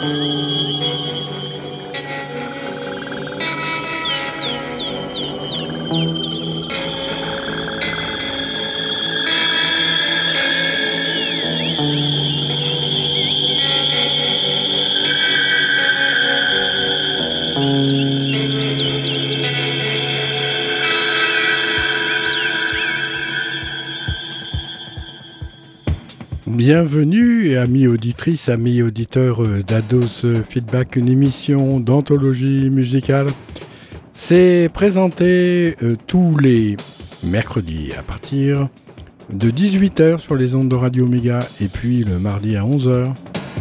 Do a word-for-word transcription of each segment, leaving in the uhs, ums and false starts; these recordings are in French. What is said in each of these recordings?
Bienvenue, amis auditrices, amis auditeurs d'Ados Feedback, une émission d'anthologie musicale. C'est présenté euh, tous les mercredis à partir de dix-huit heures sur les ondes de Radio Méga et puis le mardi à onze heures.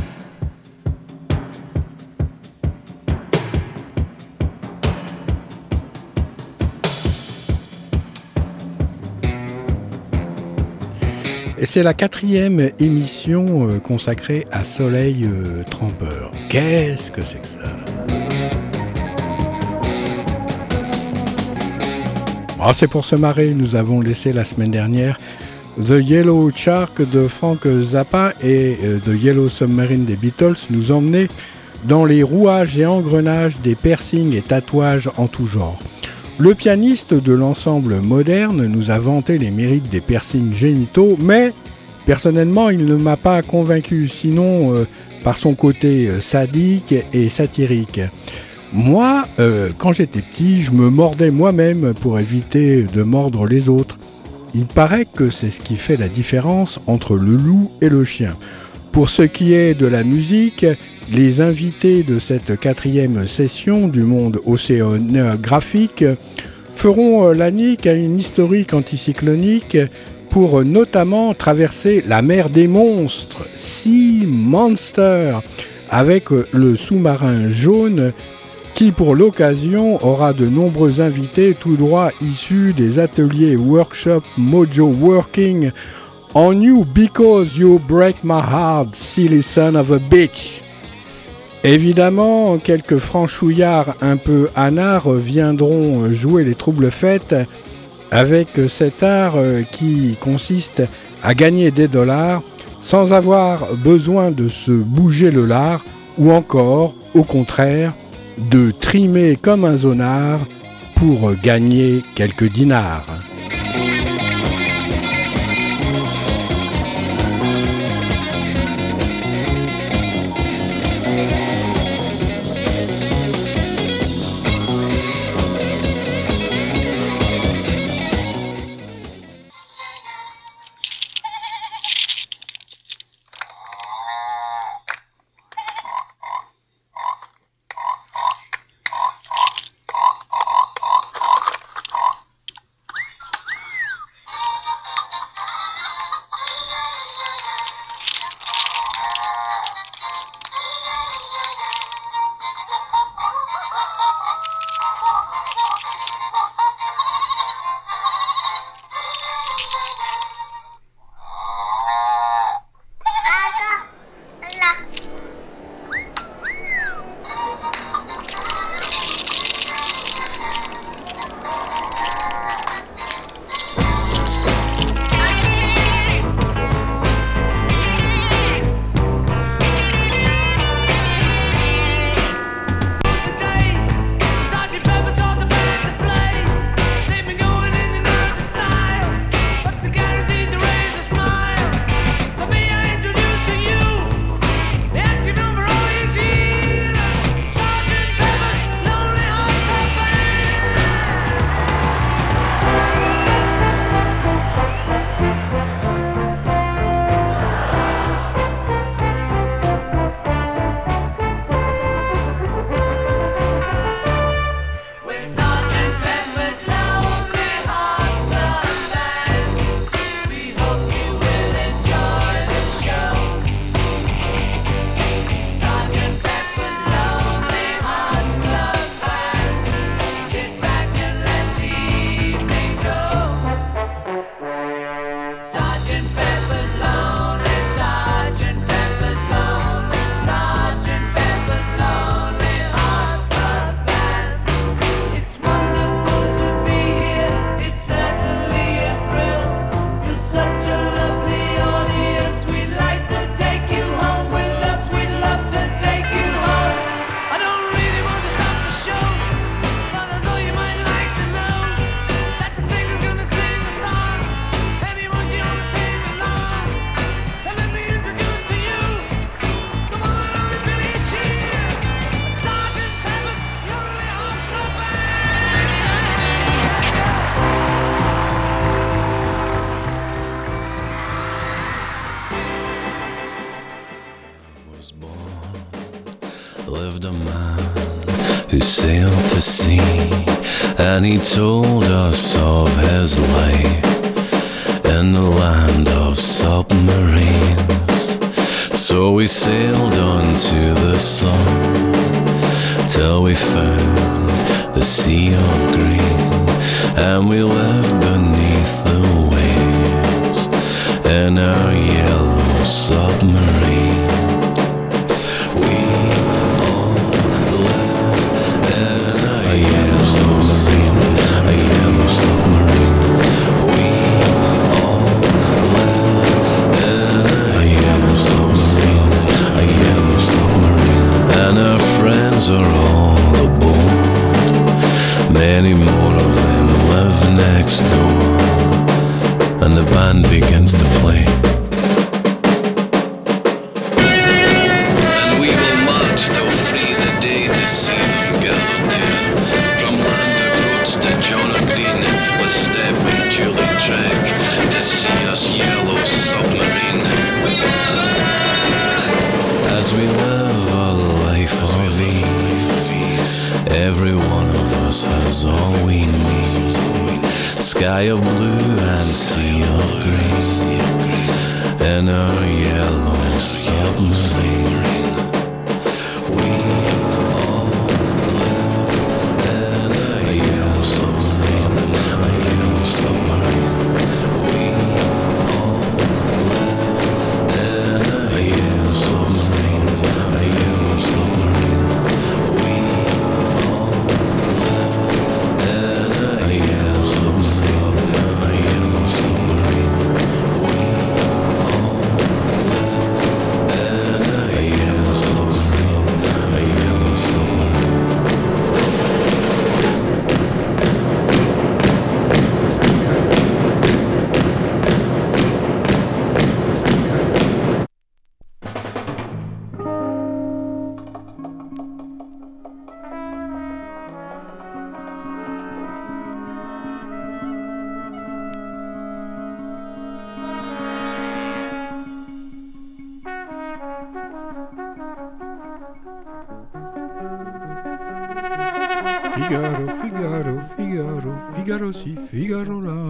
Et c'est la quatrième émission euh, consacrée à Soleil euh, Trempeur. Qu'est-ce que c'est que ça ? Oh, c'est pour se marrer, nous avons laissé la semaine dernière The Yellow Shark de Frank Zappa et euh, The Yellow Submarine des Beatles nous emmener dans les rouages et engrenages des piercings et tatouages en tout genre. Le pianiste de l'ensemble moderne nous a vanté les mérites des piercings génitaux, mais personnellement, il ne m'a pas convaincu, sinon euh, par son côté euh, sadique et satirique. Moi, euh, quand j'étais petit, je me mordais moi-même pour éviter de mordre les autres. Il paraît que c'est ce qui fait la différence entre le loup et le chien. Pour ce qui est de la musique, les invités de cette quatrième session du monde océanographique feront la nique à une historique anticyclonique pour notamment traverser la mer des monstres, Sea Monster, avec le sous-marin jaune qui pour l'occasion aura de nombreux invités tout droit issus des ateliers workshop Mojo Working On You Because You Break My Heart, Silly Son of a Bitch. Évidemment, quelques franchouillards un peu anards viendront jouer les troubles fêtes avec cet art qui consiste à gagner des dollars sans avoir besoin de se bouger le lard ou encore, au contraire, de trimer comme un zonard pour gagner quelques dinars. lived a man who sailed to sea, and he told us of his life in the land of submarines. So we sailed on to the sun till we found the sea of green, and we lived beneath the waves in our yellow submarine. We all lived in a yellow submarine, a yellow submarine. We all lived in a yellow submarine, a yellow submarine. And our friends are all aboard. Many more of them live next door. And the band begins to play. And we will march till three the day to see them gathered there. From Lander Roads to John O'Green, with Step and Julie Trek, to see us yellow submarine. As we live a life of ease, every one of us has all we need. Sky of blue and sea of green in our yellow submarine. We all live in a yellow submarine, a yellow submarine. We all live in a yellow submarine, a yellow submarine. We all live in a yellow submarine, a yellow submarine. We all live in a yellow submarine, a yellow submarine. Figaro, Figaro, Figaro, Figaro si, Figaro là.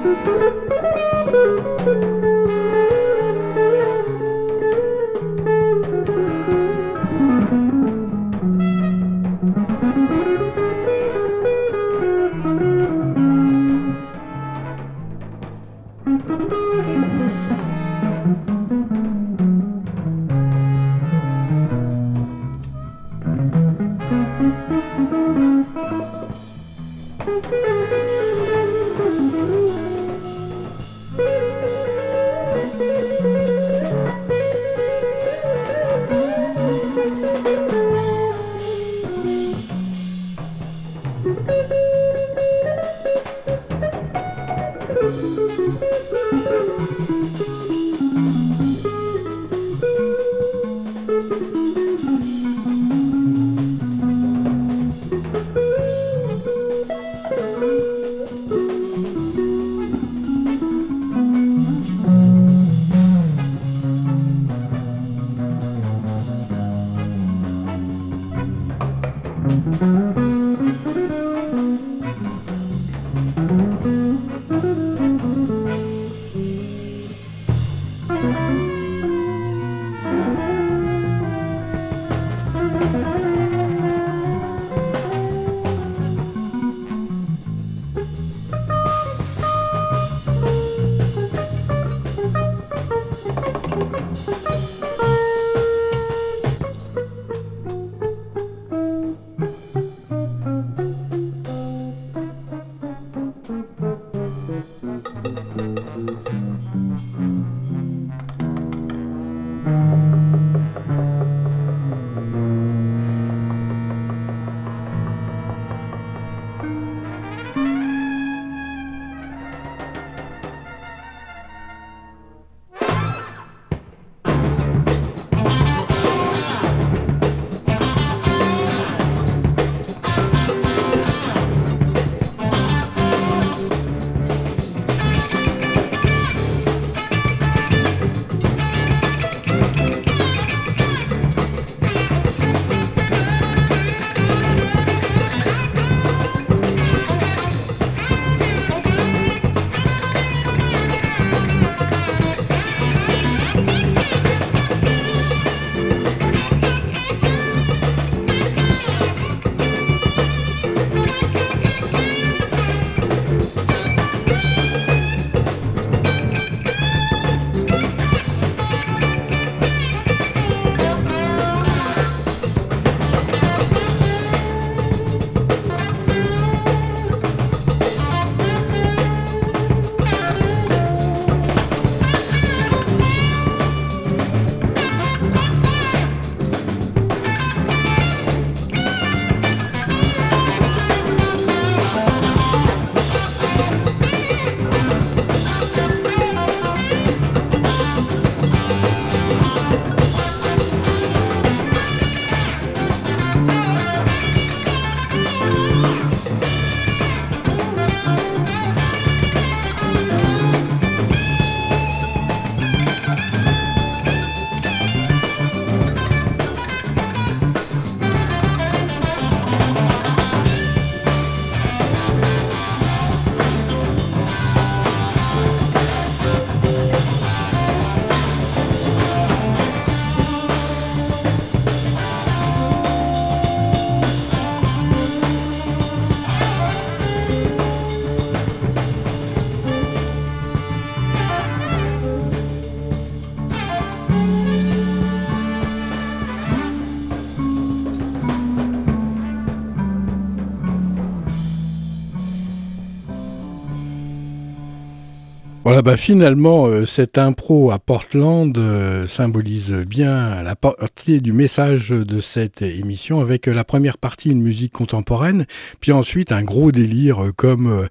Voilà, bah finalement, euh, cette impro à Portland euh, symbolise bien la partie du message de cette émission, avec euh, la première partie, une musique contemporaine, puis ensuite un gros délire euh, comme... Euh,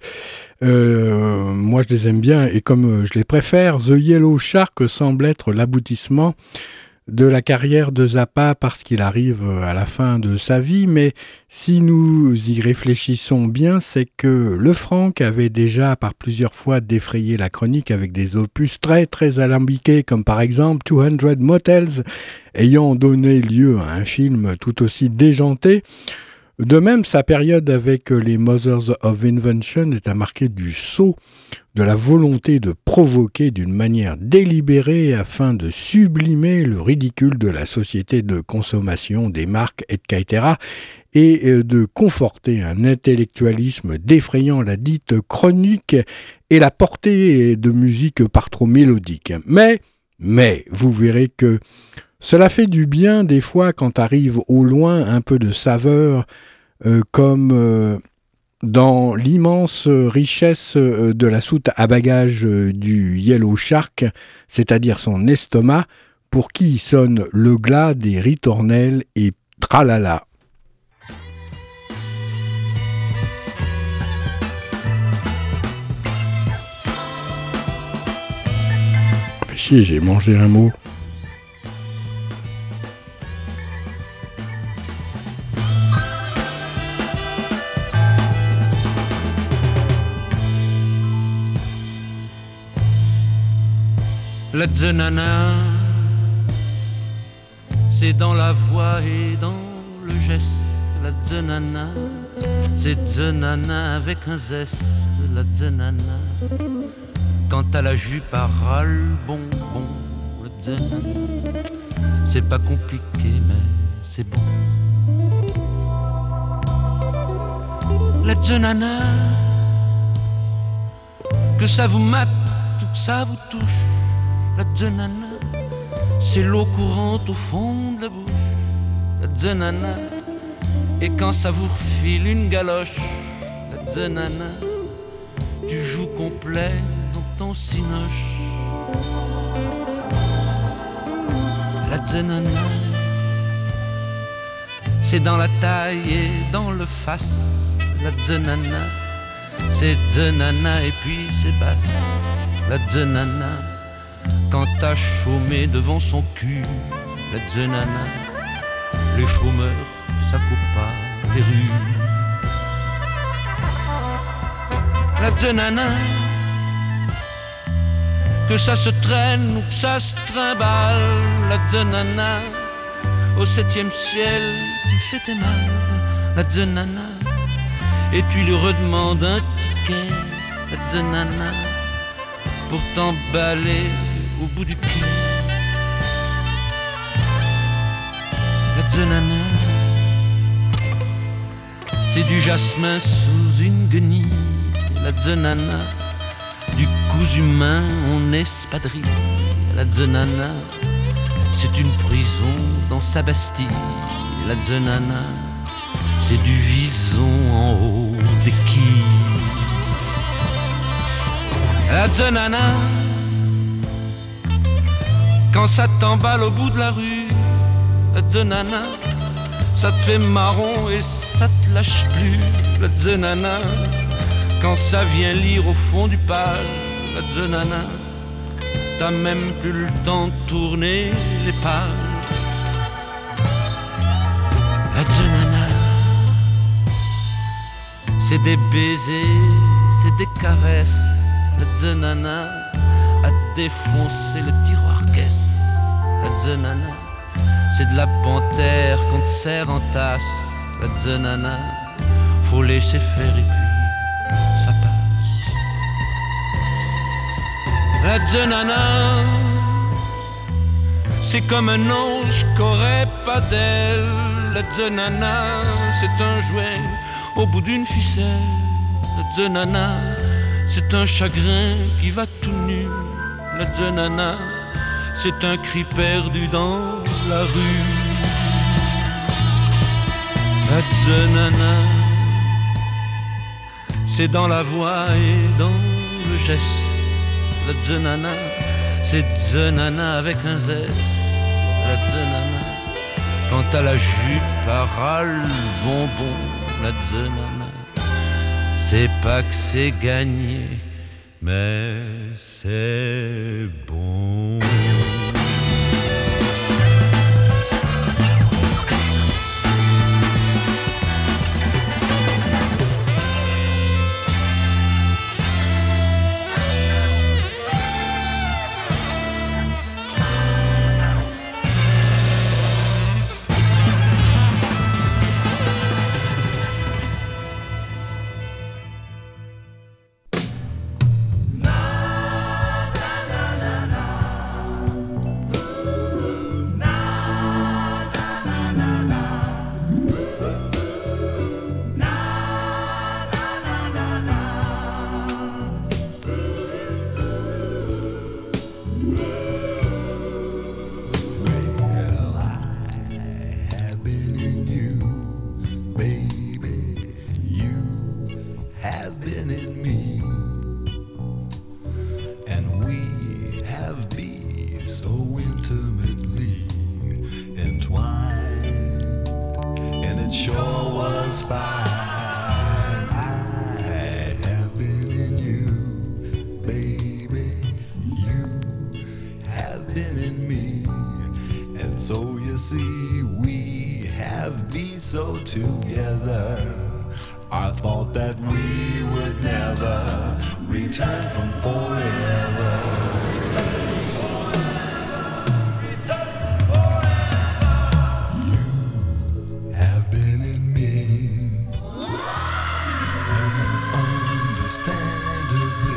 euh, moi je les aime bien et comme euh, je les préfère, The Yellow Shark semble être l'aboutissement de la carrière de Zappa parce qu'il arrive à la fin de sa vie, mais si nous y réfléchissons bien, c'est que le Frank avait déjà par plusieurs fois défrayé la chronique avec des opus très très alambiqués, comme par exemple two hundred Motels, ayant donné lieu à un film tout aussi déjanté. De même, sa période avec les Mothers of Invention est à marquer du saut de la volonté de provoquer d'une manière délibérée afin de sublimer le ridicule de la société de consommation, des marques, et cetera, et de conforter un intellectualisme défrayant la dite chronique et la portée de musique par trop mélodique. Mais, mais, vous verrez que cela fait du bien des fois quand arrive au loin un peu de saveur, euh, comme euh, dans l'immense richesse de la soute à bagages du Yellow Shark, c'est-à-dire son estomac, pour qui sonne le glas des ritournelles et tralala. Fait chier, j'ai mangé un mot. La zenana, c'est dans la voix et dans le geste. La zenana, c'est zenana avec un zeste. La zenana, quand à la jupe à ras le bonbon. La zenana, c'est pas compliqué mais c'est bon. La zenana, que ça vous mate ou que ça vous touche. La zenana, c'est l'eau courante au fond de la bouche. La zenana, et quand ça vous refile une galoche. La zenana, tu joues complet dans ton cinoche. La zenana, c'est dans la taille et dans le face. La zenana, c'est zenana et puis c'est basse. La zenana, quand t'as chômé devant son cul. La zenana, les chômeurs, ça coupe pas les rues. La zenana, que ça se traîne ou que ça se trimballe. La zenana, au septième ciel, tu fais tes mal. La zenana, et tu lui redemandes un ticket. La zenana, pour t'emballer au bout du pied. La zenana, c'est du jasmin sous une guenille. La zenana, du cousu humain en espadrille. La zenana, c'est une prison dans sa Bastille. La zenana, c'est du vison en haut des quilles. La zenana, quand ça t'emballe au bout de la rue. La zenana, ça te fait marron et ça te lâche plus. La zenana, quand ça vient lire au fond du page. La zenana, t'as même plus le temps de tourner les pages. La zenana, c'est des baisers, c'est des caresses. La zenana, à défoncer le tiroir caisse. La zenana, c'est de la panthère qu'on te serre en tasse. La zenana, faut laisser faire et puis ça passe. La zenana, c'est comme un ange qu'aurait pas d'aile. La zenana, c'est un jouet au bout d'une ficelle. La zenana, c'est un chagrin qui va tout nu. La zenana, c'est un cri perdu dans la rue. La zenana, c'est dans la voix et dans le geste. La zenana, c'est zenana avec un zeste. La zenana, quand à la jupe à ras le bonbon. La zenana, c'est pas que c'est gagné, mais c'est bon. satisfied. I have been in you, baby. You have been in me. And so you see, we have been so together. I thought that we would never return from forever. You have been in me, and understandably,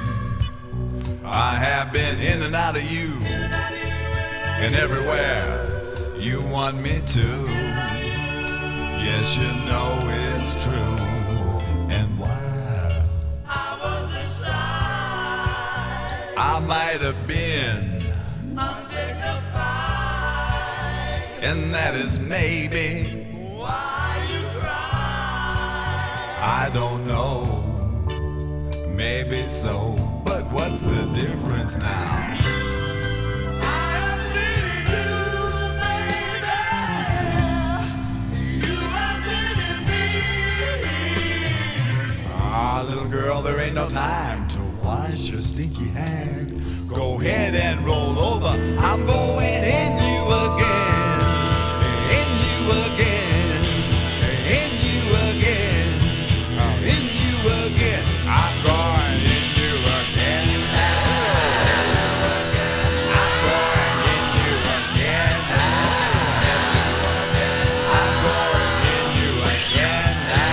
I have been in and out of you, and everywhere you want me to. Yes, you know it's true. And while I was inside, I might have been undignified, and that is maybe why you cry. I don't know, maybe so, but what's the difference now? Ah, little girl, there ain't no time to wash your stinky hand. Go ahead and roll over. I'm going in you again, in you again, in you again, in you again. I'm going in you again. I'm going in you again. I'm going in you again.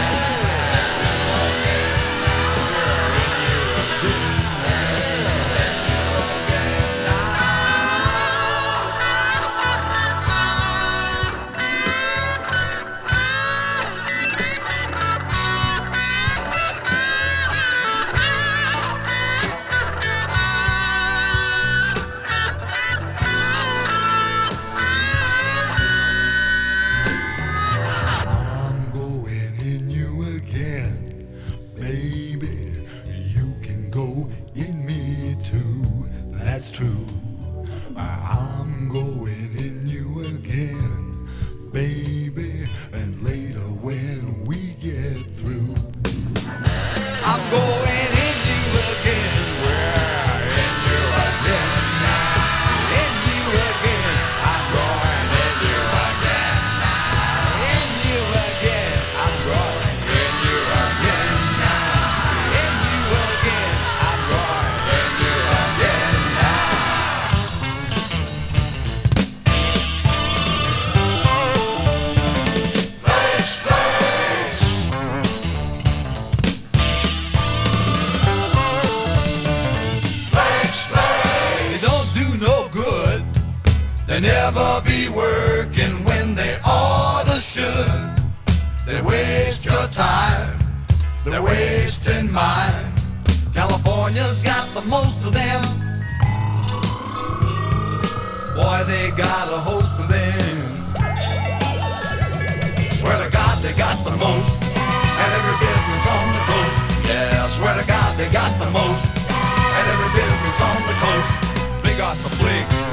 True, I'm going in you again, baby, and later when we get through, I'm going in you again, we're in you again, in you again, I'm going in you again, in you again, I'm going in you again, in you again, I'm going in you again. They never be working when they oughta should. They waste your time, they're wasting mine. California's got the most of them. Boy, they got a host of them. Swear to God they got the most, and every business on the coast. Yeah, swear to God they got the most, and every business on the coast. They got the flicks.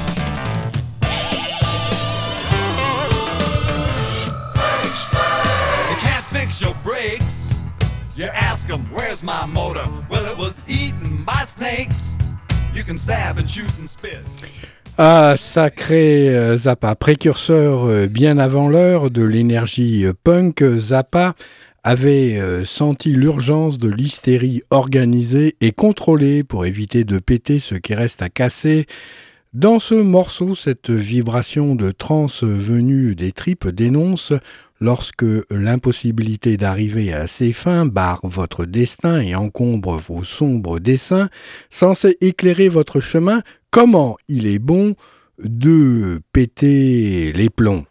Your brakes. You ask them, where's my motor? Well, it was eaten by snakes. You can stab and shoot and spit. Ah, sacré Zappa, précurseur bien avant l'heure de l'énergie punk, Zappa avait senti l'urgence de l'hystérie organisée et contrôlée pour éviter de péter ce qui reste à casser. Dans ce morceau, cette vibration de trance venue des tripes dénonce lorsque l'impossibilité d'arriver à ses fins barre votre destin et encombre vos sombres desseins, censé éclairer votre chemin, comment il est bon de péter les plombs.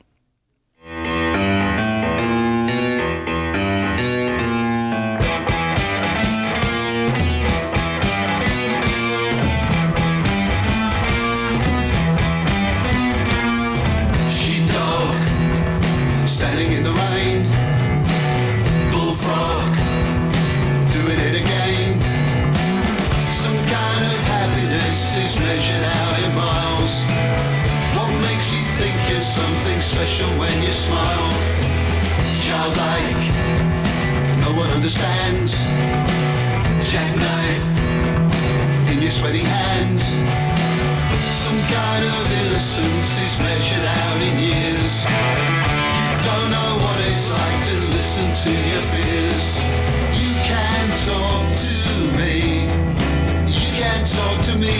Special when you smile, childlike no one understands. Jackknife in your sweaty hands. Some kind of innocence is measured out in years. You don't know what it's like to listen to your fears. You can't talk to me. You can't talk to me.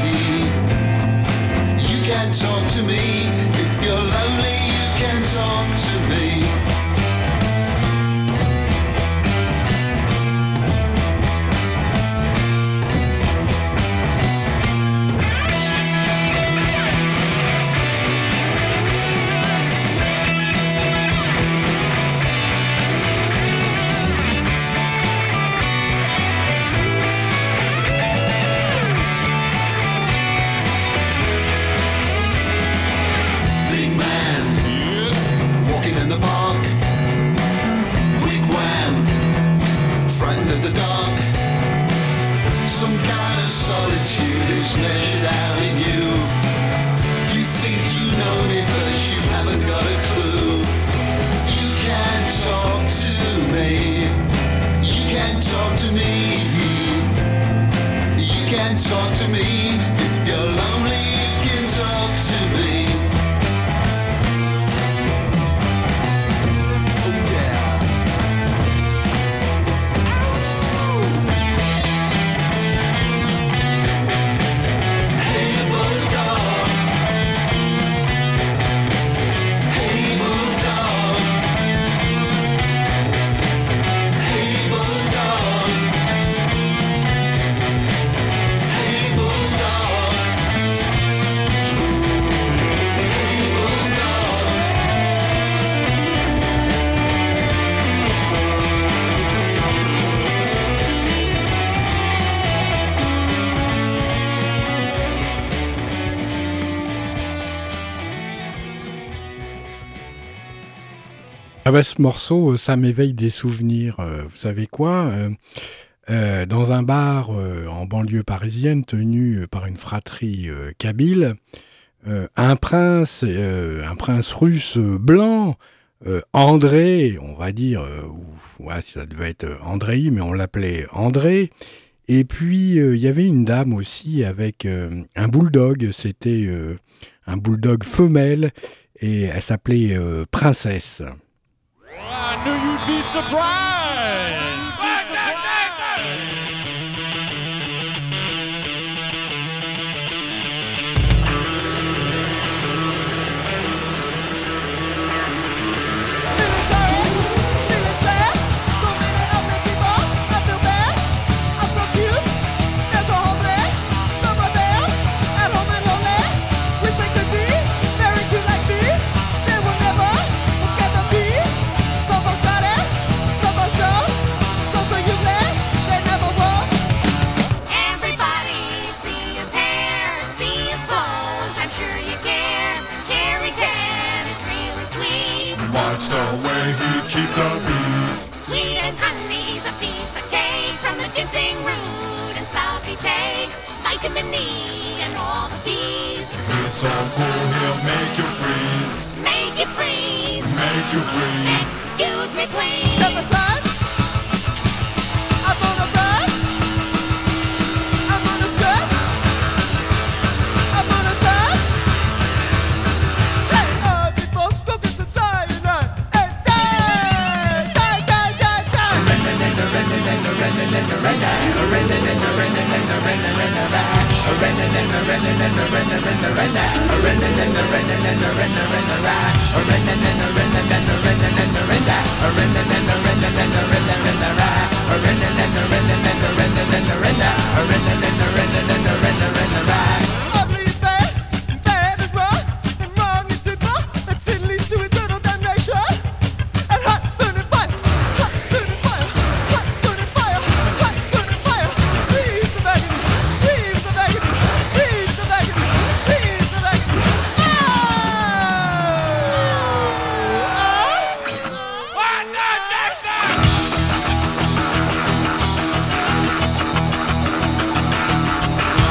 You can't talk to me. If you're lonely, you can talk to me. Talk to me. If you're lonely, you can talk to me. Oh yeah. Hey bulldog. Hey bulldog. Hey bulldog. Ah bah, ce morceau, ça m'éveille des souvenirs. Euh, vous savez quoi euh, euh, Dans un bar euh, en banlieue parisienne tenu par une fratrie euh, kabyle, euh, un prince, euh, un prince russe blanc, euh, André, on va dire, euh, ou, ouais, ça devait être Andrei, mais on l'appelait André. Et puis il euh, y avait une dame aussi avec euh, un bulldog. C'était euh, un bulldog femelle et elle s'appelait euh, Princesse. I knew you'd be surprised. Watch the way he keep the beat. Sweet as honey, he's a piece of cake. From the ginseng root and sloppy take. Vitamin E and all the bees. He's so cool, he'll make you freeze. Make you freeze. Make you freeze. Excuse me, please. Step aside. I'm gonna run. I'm gonna step. I'm gonna stop. Hey, uh, the folks go get some cyanide. Hey, die, die, die, die, die. Ugly is bad, bad is wrong, and wrong is sinful, and sin leads to eternal damnation. And hot burning fire, hot burning fire, hot burning fire, hot burning fire. Screams of agony, screams of agony, screams of agony, screams of agony. Ah! Ah!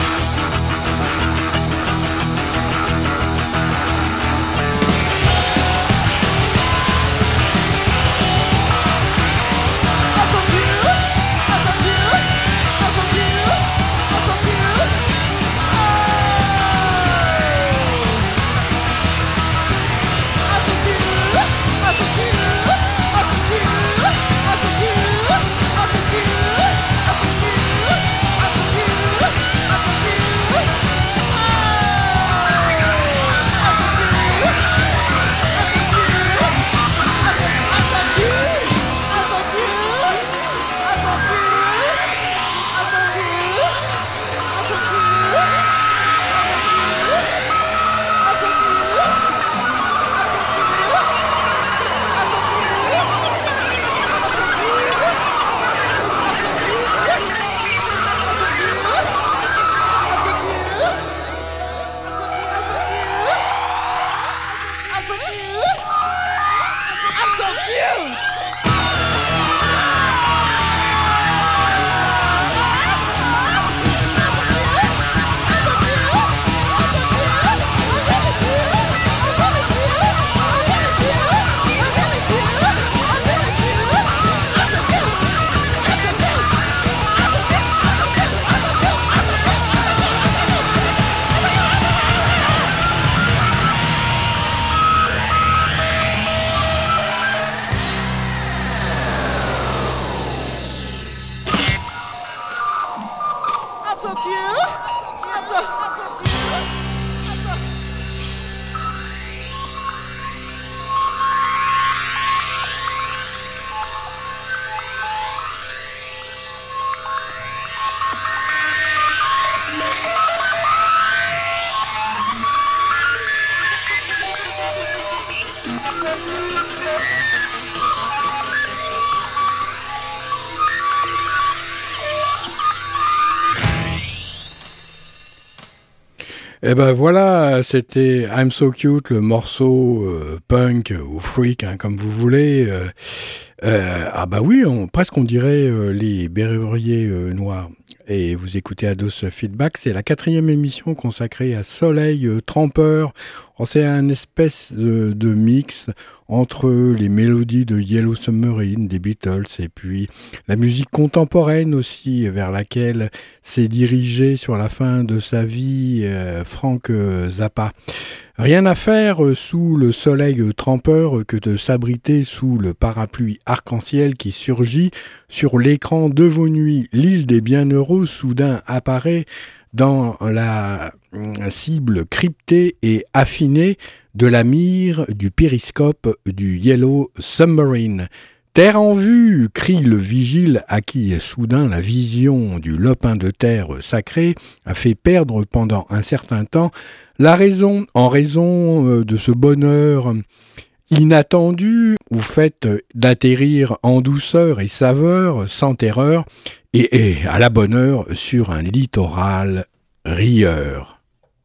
Et ben voilà, c'était I'm So Cute, le morceau euh, punk ou freak, hein, comme vous voulez. Euh, euh, ah bah oui, on, presque on dirait euh, les Béruriers euh, Noirs. Et vous écoutez Ados Feedback, c'est la quatrième émission consacrée à Soleil euh, Trempeur. Alors, c'est un espèce de, de mix entre les mélodies de Yellow Submarine, des Beatles, et puis la musique contemporaine aussi, vers laquelle s'est dirigé sur la fin de sa vie euh, Frank Zappa. Rien à faire euh, sous le soleil euh, trempeur que de s'abriter sous le parapluie arc-en-ciel qui surgit sur l'écran de vos nuits. L'île des bienheureux soudain apparaît dans la euh, cible cryptée et affinée de la mire du périscope du Yellow Submarine. Terre en vue, crie le vigile à qui soudain la vision du lopin de terre sacré a fait perdre pendant un certain temps la raison. En raison de ce bonheur inattendu, vous faites d'atterrir en douceur et saveur, sans terreur, et, et à la bonne heure sur un littoral rieur.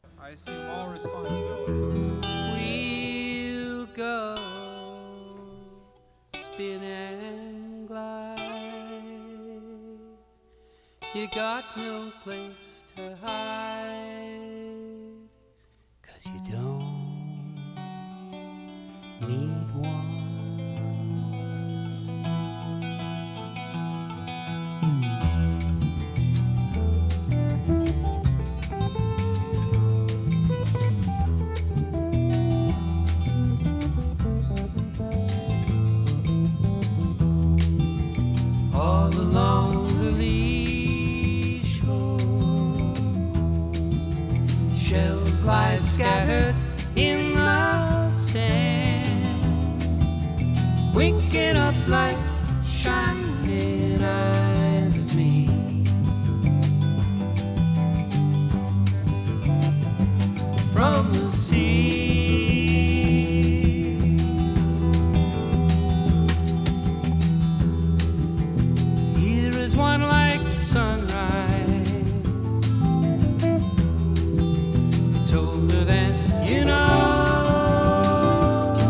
We'll go spin and glide. You got no place to hide, 'cause you don't need one. All along the lee shore, shells lie scattered in the sand, winking up like shining eyes at me. From the sea, one like sunrise. It's older than you know,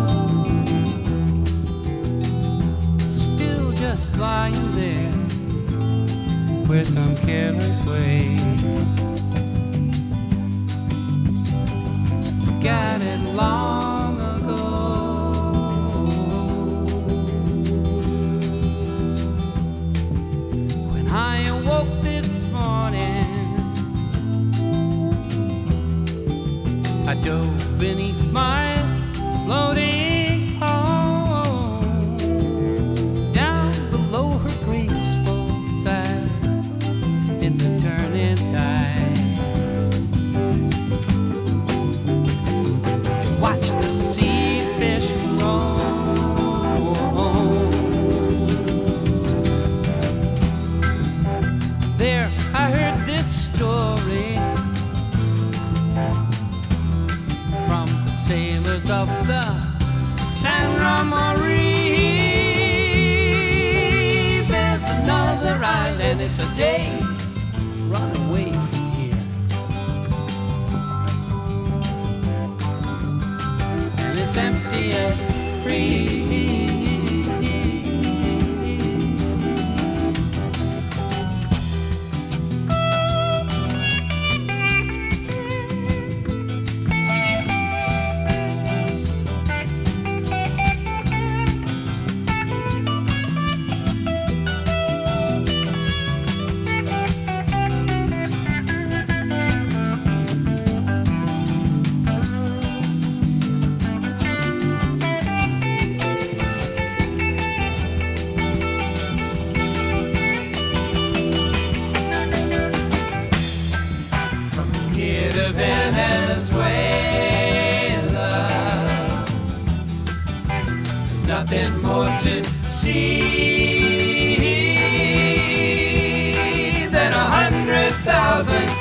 still just lying there where some careless way forgot it long ago. I awoke this morning, I dove beneath my floating home, down below her graceful side in the turning tide, to watch the sea fish roam. There I heard this story from the sailors of the San Ramore. There's another island, it's a day's run away from here, and it's empty and free. Nothing more to see than a hundred thousand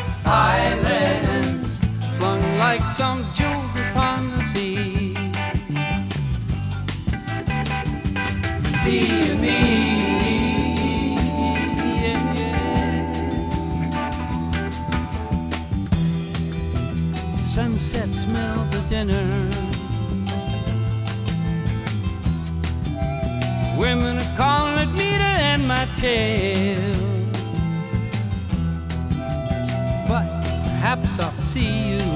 islands flung like some jewels upon the sea. sunset smells of dinner. Women are calling at me to end my tale, but perhaps I'll see you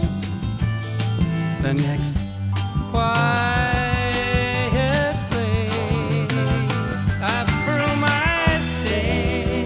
the next quiet place. I furl my sail.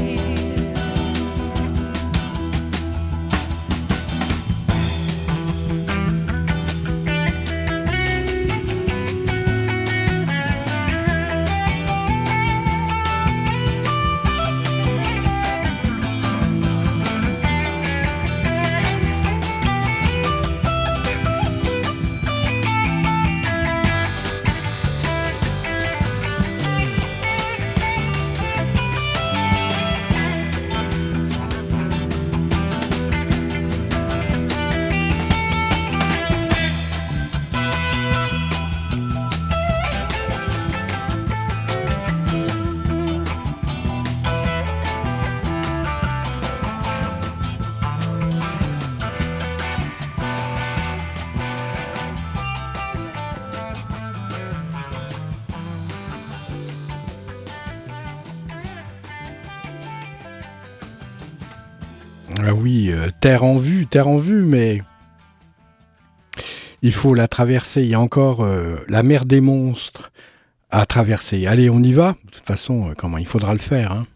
Ah oui, euh, terre en vue, terre en vue, mais il faut la traverser. Il y a encore euh, la mer des monstres à traverser. Allez, on y va. De toute façon, euh, comment il faudra le faire, hein.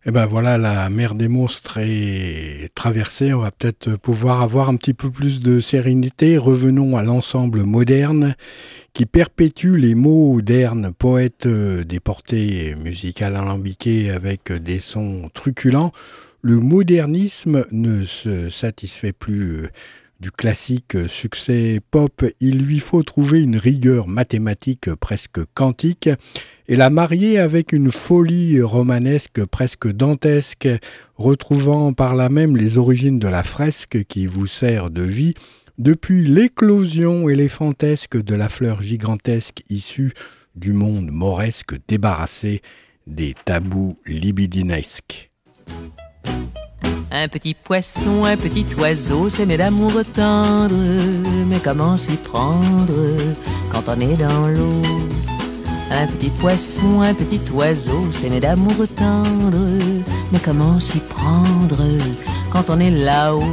Et ben voilà, la mer des monstres est traversée, on va peut-être pouvoir avoir un petit peu plus de sérénité. Revenons à l'ensemble moderne qui perpétue les mots modernes, poète des portées musicales alambiquées avec des sons truculents. Le modernisme ne se satisfait plus du classique succès pop, il lui faut trouver une rigueur mathématique presque quantique et la marier avec une folie romanesque presque dantesque, retrouvant par là même les origines de la fresque qui vous sert de vie, depuis l'éclosion éléphantesque de la fleur gigantesque issue du monde mauresque débarrassé des tabous libidinesques. Un petit poisson, un petit oiseau, s'aimer d'amour tendre, mais comment s'y prendre quand on est dans l'eau? Un petit poisson, un petit oiseau, s'aimer d'amour tendre, mais comment s'y prendre quand on est là-haut?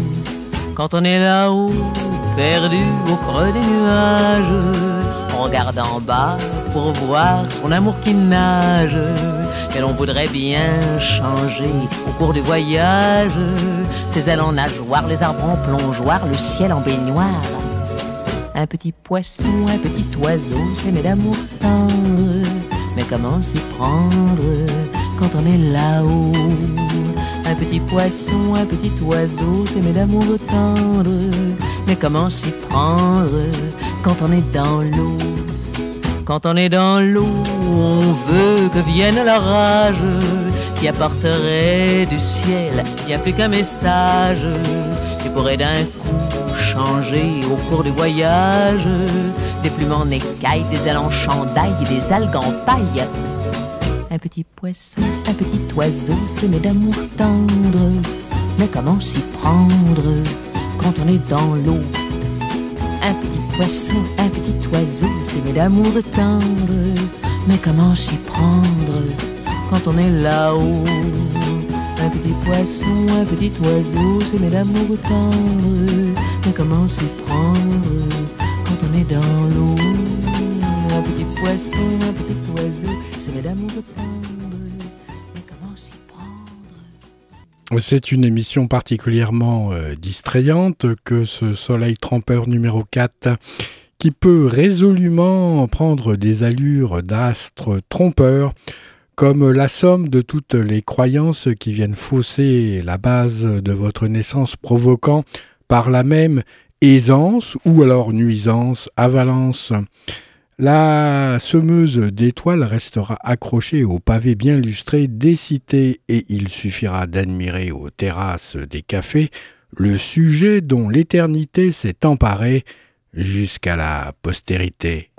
Quand on est là-haut, perdu au creux des nuages, on regarde en bas pour voir son amour qui nage. Et l'on voudrait bien changer au cours du voyage, ses ailes en nageoire, les arbres en plongeoire, le ciel en baignoire. Un petit poisson, un petit oiseau, s'aimer d'amour tendre, mais comment s'y prendre quand on est là-haut? Un petit poisson, un petit oiseau, s'aimer d'amour tendre, mais comment s'y prendre quand on est dans l'eau? Quand on est dans l'eau, on veut que vienne l'orage qui apporterait du ciel, il n'y a plus qu'un message qui pourrait d'un coup changer au cours du voyage. Des plumes en écailles, des ailes en chandail et des algues en paille. Un petit poisson, un petit oiseau, s'aimer d'amour tendre, mais comment s'y prendre quand on est dans l'eau? Un petit poisson, un petit oiseau, s'aimer d'amour tendre, mais comment s'y prendre quand on est là-haut? Un petit poisson, un petit oiseau, s'aimer d'amour tendre, mais comment s'y prendre quand on est dans l'eau? Un petit poisson, un petit oiseau, s'aimer d'amour tendre, mais comment s'y prendre? C'est une émission particulièrement euh, distrayante que ce Soleil Trempeur numéro quatre qui peut résolument prendre des allures d'astre trompeur comme la somme de toutes les croyances qui viennent fausser la base de votre naissance, provoquant par la même aisance ou alors nuisance, avalance. La semeuse d'étoiles restera accrochée au pavé bien lustré des cités et il suffira d'admirer aux terrasses des cafés le sujet dont l'éternité s'est emparée jusqu'à la postérité.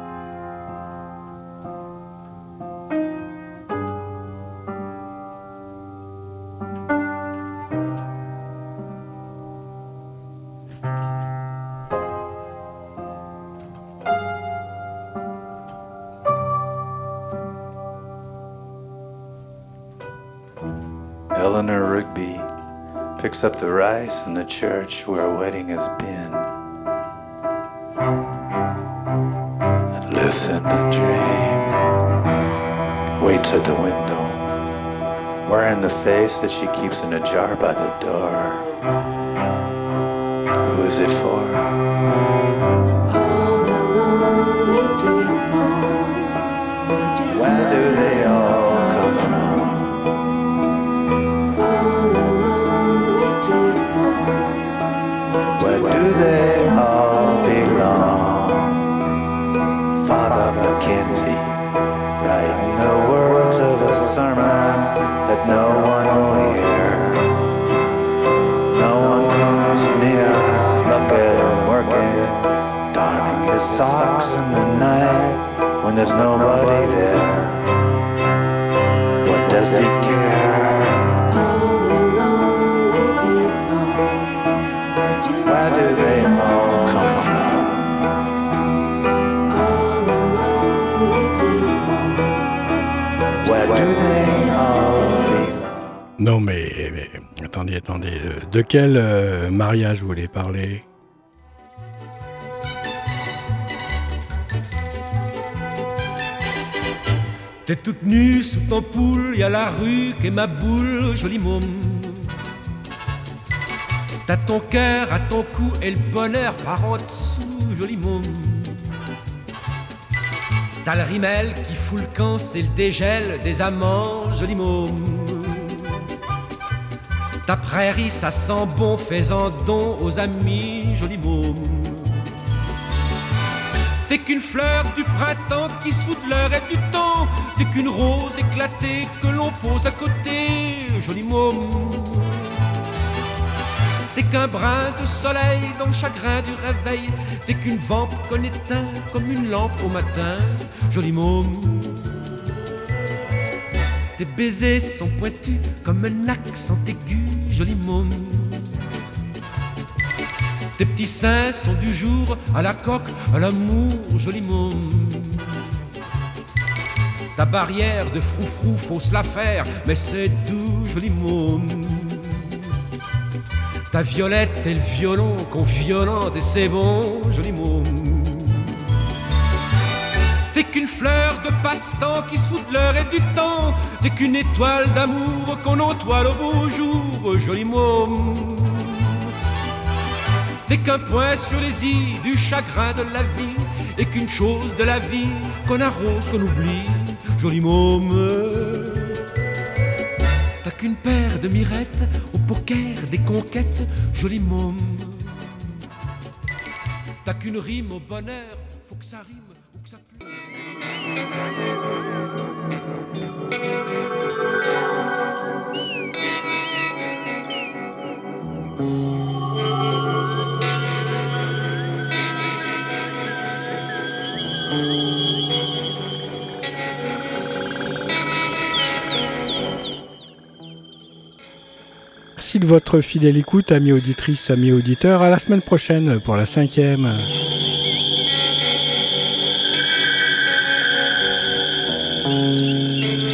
Eleanor Rigby picks up the rice in the church where a wedding has been. And listen and dream. Waits at the window, wearing the face that she keeps in a jar by the door. Who is it for? All the lonely people. Where do they all come from? Where do they all belong? Father McKenzie, writing the words of a sermon that no one will hear. No one comes near, look at him working, darning his socks in the night when there's nobody there. What does he care? Where do they all come from? All the lonely people. Where do they all belong? Non mais, mais attendez, attendez, de quel euh, mariage vous voulez parler? T'es toute nue sous ton poule, y a la rue qu'est ma boule, joli môme. T'as ton cœur à ton cou et le bonheur par en dessous, joli môme. T'as le rimel qui fout le camp, c'est le dégel des amants, joli môme. Ta prairie, ça sent bon, fais-en don aux amis, joli môme. T'es qu'une fleur du printemps qui se fout de l'heure et du temps. T'es qu'une rose éclatée que l'on pose à côté, joli môme. T'es qu'un brin de soleil dans le chagrin du réveil. T'es qu'une vampe qu'on éteint comme une lampe au matin, joli môme. Tes baisers sont pointus comme un accent aigu, joli môme. Tes petits seins sont du jour à la coque, à l'amour, joli môme. Ta barrière de froufrou, faut se la faire, mais c'est doux, joli môme. Ta violette et le violon qu'on violente et c'est bon, joli môme. T'es qu'une fleur de passe-temps qui se fout de l'heure et du temps. T'es qu'une étoile d'amour qu'on entoile au beau jour, joli môme. T'es qu'un point sur les i du chagrin de la vie et qu'une chose de la vie qu'on arrose, qu'on oublie, joli môme. T'as qu'une paire de mirettes au poker des conquêtes, joli môme. T'as qu'une rime au bonheur, faut que ça rime ou que ça pue. Merci de votre fidèle écoute, amis auditrices, amis auditeurs. À la semaine prochaine pour la cinquième. Thank you.